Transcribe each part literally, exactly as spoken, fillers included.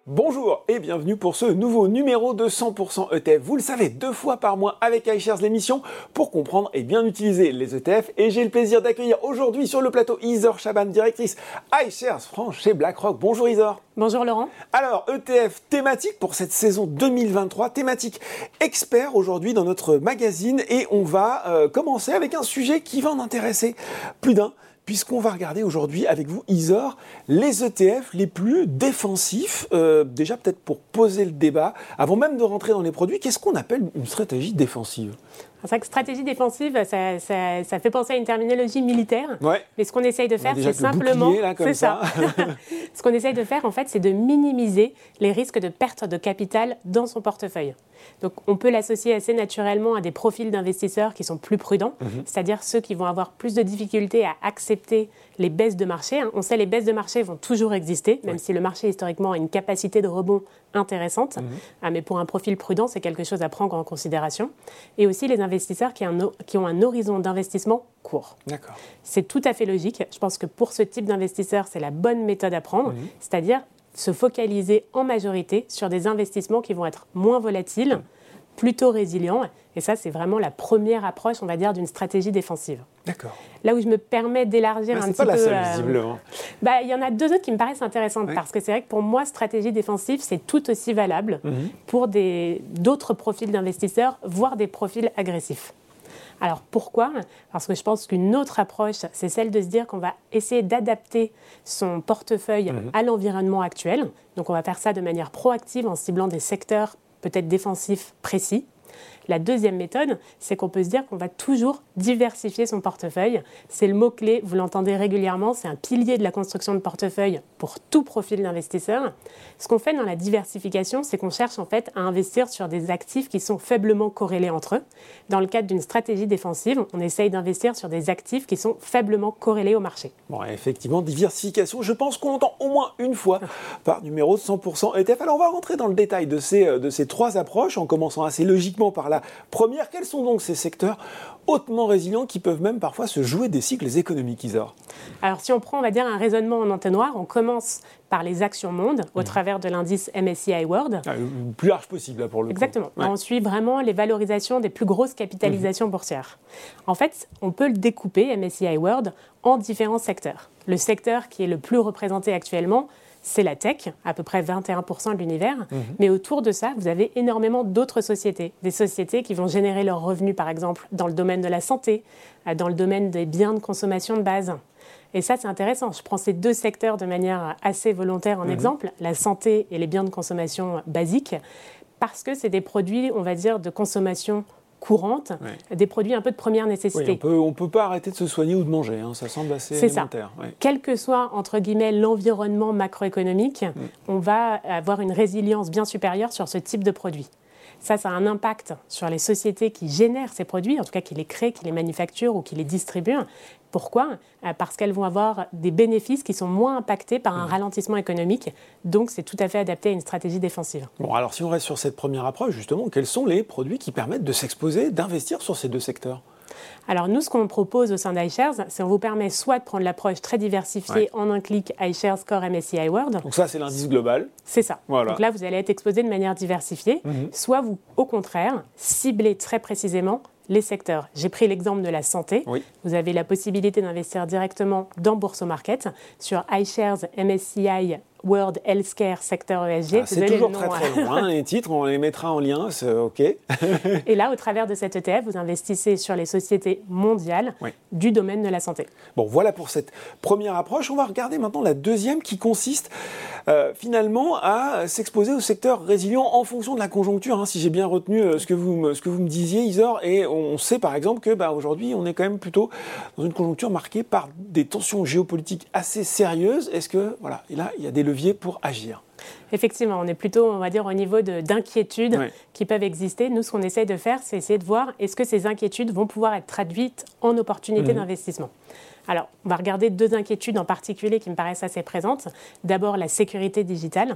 Bonjour et bienvenue pour ce nouveau numéro de cent pour cent E T F. Vous le savez, deux fois par mois avec iShares l'émission pour comprendre et bien utiliser les E T F. Et j'ai le plaisir d'accueillir aujourd'hui sur le plateau Isor Chaban, directrice iShares France chez BlackRock. Bonjour Isor. Bonjour Laurent. Alors, E T F thématique pour cette saison deux mille vingt-trois, thématique expert aujourd'hui dans notre magazine. Et on va euh, commencer avec un sujet qui va en intéresser plus d'un, puisqu'on va regarder aujourd'hui avec vous, Isor, les E T F les plus défensifs. Euh, déjà, peut-être pour poser le débat, avant même de rentrer dans les produits, qu'est-ce qu'on appelle une stratégie défensive ? C'est vrai que stratégie défensive, ça, ça, ça fait penser à une terminologie militaire. Ouais. Mais ce qu'on essaye de faire, c'est simplement... Bouclier, là, comme c'est ça. ça. Ce qu'on essaye de faire, en fait, c'est de minimiser les risques de perte de capital dans son portefeuille. Donc, on peut l'associer assez naturellement à des profils d'investisseurs qui sont plus prudents, mmh. c'est-à-dire ceux qui vont avoir plus de difficultés à accepter les baisses de marché. On sait que les baisses de marché vont toujours exister, même ouais. si le marché, historiquement, a une capacité de rebond intéressante. Mmh. Ah, mais pour un profil prudent, c'est quelque chose à prendre en considération. Et aussi les investisseurs qui ont un, qui ont un horizon d'investissement court. D'accord. C'est tout à fait logique. Je pense que pour ce type d'investisseurs, c'est la bonne méthode à prendre, mmh. c'est-à-dire se focaliser en majorité sur des investissements qui vont être moins volatiles, mmh. plutôt résilients. Et ça, c'est vraiment la première approche, on va dire, d'une stratégie défensive. D'accord. Là où je me permets d'élargir Mais un c'est petit pas peu... la seule, euh, visiblement. Bah, il y en a deux autres qui me paraissent intéressantes, oui. parce que c'est vrai que pour moi, stratégie défensive, c'est tout aussi valable mmh. pour des, d'autres profils d'investisseurs, voire des profils agressifs. Alors pourquoi ? Parce que je pense qu'une autre approche, c'est celle de se dire qu'on va essayer d'adapter son portefeuille mmh. à l'environnement actuel. Donc on va faire ça de manière proactive en ciblant des secteurs peut-être défensifs précis. La deuxième méthode, c'est qu'on peut se dire qu'on va toujours diversifier son portefeuille. C'est le mot-clé, vous l'entendez régulièrement, c'est un pilier de la construction de portefeuille pour tout profil d'investisseur. Ce qu'on fait dans la diversification, c'est qu'on cherche en fait à investir sur des actifs qui sont faiblement corrélés entre eux. Dans le cadre d'une stratégie défensive, on essaye d'investir sur des actifs qui sont faiblement corrélés au marché. Bon, effectivement, diversification, je pense qu'on entend au moins une fois par numéro de cent pour cent E T F. Alors on va rentrer dans le détail de ces, de ces trois approches, en commençant assez logiquement par la première. Quels sont donc ces secteurs hautement résilients qui peuvent même parfois se jouer des cycles économiques, Isor ? Alors si on prend, on va dire, un raisonnement en entonnoir, on commence par les actions monde au mmh. travers de l'indice M S C I World. Ah, le plus large possible, là, pour le Exactement. coup. Exactement. Ouais. On suit vraiment les valorisations des plus grosses capitalisations mmh. boursières. En fait, on peut le découper, M S C I World, en différents secteurs. Le secteur qui est le plus représenté actuellement, c'est la tech, à peu près vingt et un pour cent de l'univers. Mmh. Mais autour de ça, vous avez énormément d'autres sociétés. Des sociétés qui vont générer leurs revenus, par exemple, dans le domaine de la santé, dans le domaine des biens de consommation de base. Et ça, c'est intéressant. Je prends ces deux secteurs de manière assez volontaire en mmh. exemple, la santé et les biens de consommation basiques, parce que c'est des produits, on va dire, de consommation courante, ouais. des produits un peu de première nécessité. Oui, on ne peut pas arrêter de se soigner ou de manger, hein, ça semble assez c'est élémentaire. Ça. Ouais. Quel que soit, entre guillemets, l'environnement macroéconomique, mmh. on va avoir une résilience bien supérieure sur ce type de produit. Ça, ça a un impact sur les sociétés qui génèrent ces produits, en tout cas qui les créent, qui les manufacturent ou qui les distribuent. Pourquoi ? Parce qu'elles vont avoir des bénéfices qui sont moins impactés par un mmh. ralentissement économique. Donc, c'est tout à fait adapté à une stratégie défensive. Bon, alors si on reste sur cette première approche, justement, quels sont les produits qui permettent de s'exposer, d'investir sur ces deux secteurs ? Alors nous, ce qu'on propose au sein d'iShares, c'est qu'on vous permet soit de prendre l'approche très diversifiée ouais. en un clic iShares Core M S C I World. Donc ça, c'est l'indice global. C'est ça. Voilà. Donc là, vous allez être exposé de manière diversifiée. Mm-hmm. Soit vous, au contraire, ciblez très précisément les secteurs. J'ai pris l'exemple de la santé. Oui. Vous avez la possibilité d'investir directement dans Bourso Market sur iShares M S C I World Healthcare Sector E S G. Ah, c'est toujours très très loin, les titres, on les mettra en lien, c'est OK. Et là, au travers de cet E T F, vous investissez sur les sociétés mondiales oui. du domaine de la santé. Bon, voilà pour cette première approche. On va regarder maintenant la deuxième qui consiste euh, finalement à s'exposer au secteur résilient en fonction de la conjoncture, hein, si j'ai bien retenu euh, ce, que vous, ce que vous me disiez, Isor. Et on sait par exemple que bah, aujourd'hui, on est quand même plutôt dans une conjoncture marquée par des tensions géopolitiques assez sérieuses. Est-ce que, voilà, et là, il y a des leviers pour agir? Effectivement, on est plutôt, on va dire, au niveau de, d'inquiétudes oui. qui peuvent exister. Nous, ce qu'on essaye de faire, c'est essayer de voir est-ce que ces inquiétudes vont pouvoir être traduites en opportunités mmh. d'investissement. Alors, on va regarder deux inquiétudes en particulier qui me paraissent assez présentes. D'abord, la sécurité digitale.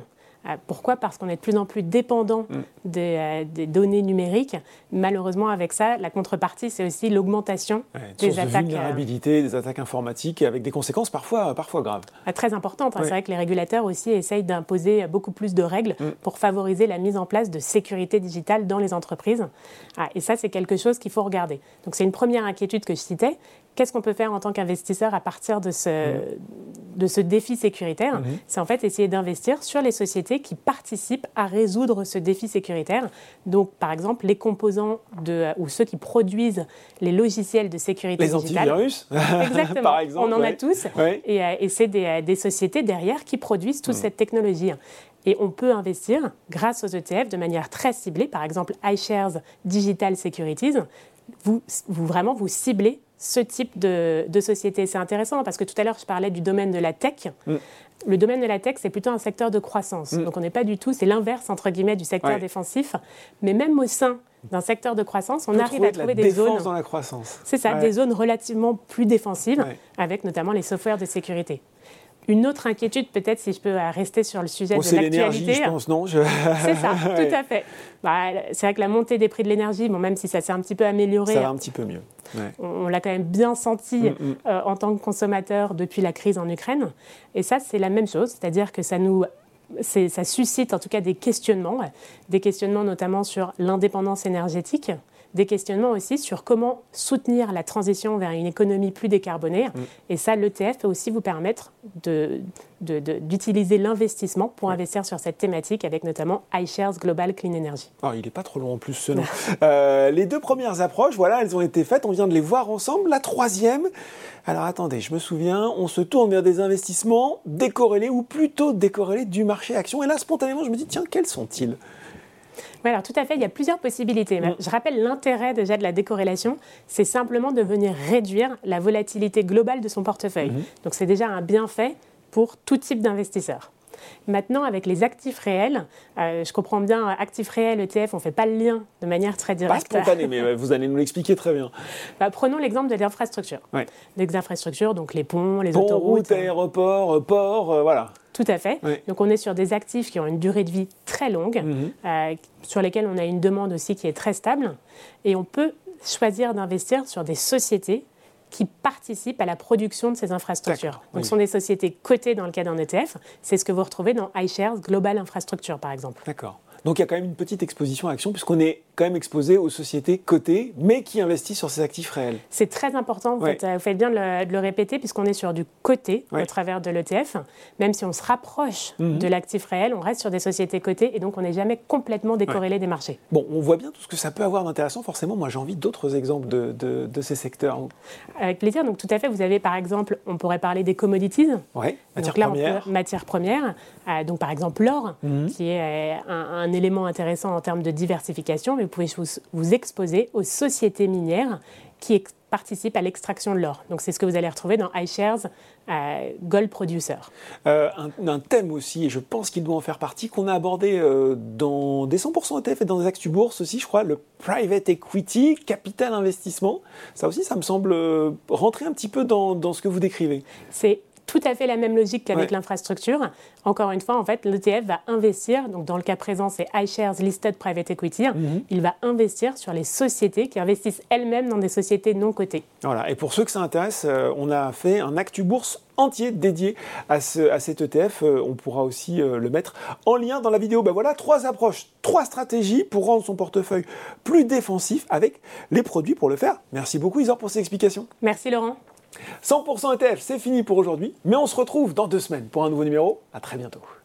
Euh, pourquoi ? Parce qu'on est de plus en plus dépendant mm. des, euh, des données numériques. Malheureusement, avec ça, la contrepartie, c'est aussi l'augmentation ouais, des attaques. De vulnérabilité, euh, des attaques informatiques, avec des conséquences parfois, parfois graves. Euh, très importantes. Hein. Ouais. C'est vrai que les régulateurs aussi essayent d'imposer beaucoup plus de règles mm. pour favoriser la mise en place de sécurité digitale dans les entreprises. Ah, et ça, c'est quelque chose qu'il faut regarder. Donc, c'est une première inquiétude que je citais. Qu'est-ce qu'on peut faire en tant qu'investisseur à partir de ce, mmh. de ce défi sécuritaire ? mmh. C'est en fait essayer d'investir sur les sociétés qui participent à résoudre ce défi sécuritaire. Donc, par exemple, les composants de, ou ceux qui produisent les logiciels de sécurité les digitale. Les antivirus, exactement. par exemple. On en ouais. a tous. Ouais. Et, et c'est des, des sociétés derrière qui produisent toute mmh. cette technologie. Et on peut investir grâce aux E T F de manière très ciblée. Par exemple, iShares Digital Securities. Vous, vous vraiment, vous ciblez ce type de, de société. C'est intéressant parce que tout à l'heure, je parlais du domaine de la tech. Mm. Le domaine de la tech, c'est plutôt un secteur de croissance. Mm. Donc, on n'est pas du tout, c'est l'inverse, entre guillemets, du secteur ouais. défensif. Mais même au sein d'un secteur de croissance, on, on arrive à trouver de la des zones... dans la croissance. C'est ça, ouais. des zones relativement plus défensives, ouais. avec notamment les softwares de sécurité. Une autre inquiétude, peut-être, si je peux rester sur le sujet bon, de c'est l'actualité. l'énergie, je pense, non je... C'est ça, ouais. tout à fait. Bah, c'est vrai que la montée des prix de l'énergie, bon, même si ça s'est un petit peu amélioré... Ça va un petit peu mieux. Ouais. On, on l'a quand même bien senti mm-hmm. euh, en tant que consommateur depuis la crise en Ukraine. Et ça, c'est la même chose, c'est-à-dire que ça nous... C'est, ça suscite en tout cas des questionnements, des questionnements notamment sur l'indépendance énergétique, des questionnements aussi sur comment soutenir la transition vers une économie plus décarbonée. Mmh. Et ça, l'E T F peut aussi vous permettre de, de, de, d'utiliser l'investissement pour mmh. investir sur cette thématique avec notamment iShares Global Clean Energy. Oh, il n'est pas trop long en plus ce nom. euh, les deux premières approches, voilà, elles ont été faites, on vient de les voir ensemble. La troisième, alors attendez, je me souviens, on se tourne vers des investissements décorrélés ou plutôt décorrélés du marché action. Et là, spontanément, je me dis, tiens, quels sont-ils ? Oui, alors tout à fait, il y a plusieurs possibilités. Mmh. Je rappelle l'intérêt déjà de la décorrélation, c'est simplement de venir réduire la volatilité globale de son portefeuille. Mmh. Donc c'est déjà un bienfait pour tout type d'investisseur. Maintenant, avec les actifs réels, euh, je comprends bien, actifs réels, E T F, on ne fait pas le lien de manière très directe. Pas spontané, mais vous allez nous l'expliquer très bien. Bah, prenons l'exemple de l'infrastructure. Ouais. Des infrastructures, donc les ponts, les ponts, autoroutes. Routes, aéroports, ports, euh, voilà. Tout à fait. Oui. Donc on est sur des actifs qui ont une durée de vie très longue, mmh. euh, sur lesquels on a une demande aussi qui est très stable. Et on peut choisir d'investir sur des sociétés qui participent à la production de ces infrastructures. D'accord, Donc, oui. ce sont des sociétés cotées dans le cas d'un E T F. C'est ce que vous retrouvez dans iShares Global Infrastructure, par exemple. D'accord. Donc, il y a quand même une petite exposition à l'action, puisqu'on est quand même exposé aux sociétés cotées, mais qui investissent sur ces actifs réels. C'est très important, vous, ouais. faites, vous faites bien de le, de le répéter, puisqu'on est sur du coté ouais. au travers de l'E T F. Même si on se rapproche mm-hmm. de l'actif réel, on reste sur des sociétés cotées, et donc on n'est jamais complètement décorrélé ouais. des marchés. Bon, on voit bien tout ce que ça peut avoir d'intéressant. Forcément, moi, j'ai envie d'autres exemples de, de, de ces secteurs. Avec plaisir. Donc, tout à fait, vous avez, par exemple, on pourrait parler des commodities. Oui, matières là, premières. Peut, matières premières. Euh, donc, par exemple, l'or, mm-hmm. qui est euh, un, un élément intéressant en termes de diversification, mais vous pouvez vous, vous exposer aux sociétés minières qui ex- participent à l'extraction de l'or. Donc, c'est ce que vous allez retrouver dans iShares euh, Gold Producer. Euh, un, un thème aussi, et je pense qu'il doit en faire partie, qu'on a abordé euh, dans des cent pour cent E T F et dans des Actu Bourse aussi, je crois, le private equity, capital investissement. Ça aussi, ça me semble euh, rentrer un petit peu dans, dans ce que vous décrivez. C'est tout à fait la même logique qu'avec ouais. l'infrastructure. Encore une fois, en fait, l'E T F va investir, donc dans le cas présent, c'est iShares Listed Private Equity, mm-hmm. il va investir sur les sociétés qui investissent elles-mêmes dans des sociétés non cotées. Voilà, et pour ceux que ça intéresse, euh, on a fait un Actu Bourse entier dédié à, ce, à cet E T F. Euh, on pourra aussi euh, le mettre en lien dans la vidéo. Ben voilà, trois approches, trois stratégies pour rendre son portefeuille plus défensif avec les produits pour le faire. Merci beaucoup Isor pour ces explications. Merci Laurent. cent pour cent E T F, c'est fini pour aujourd'hui, mais on se retrouve dans deux semaines pour un nouveau numéro. À très bientôt.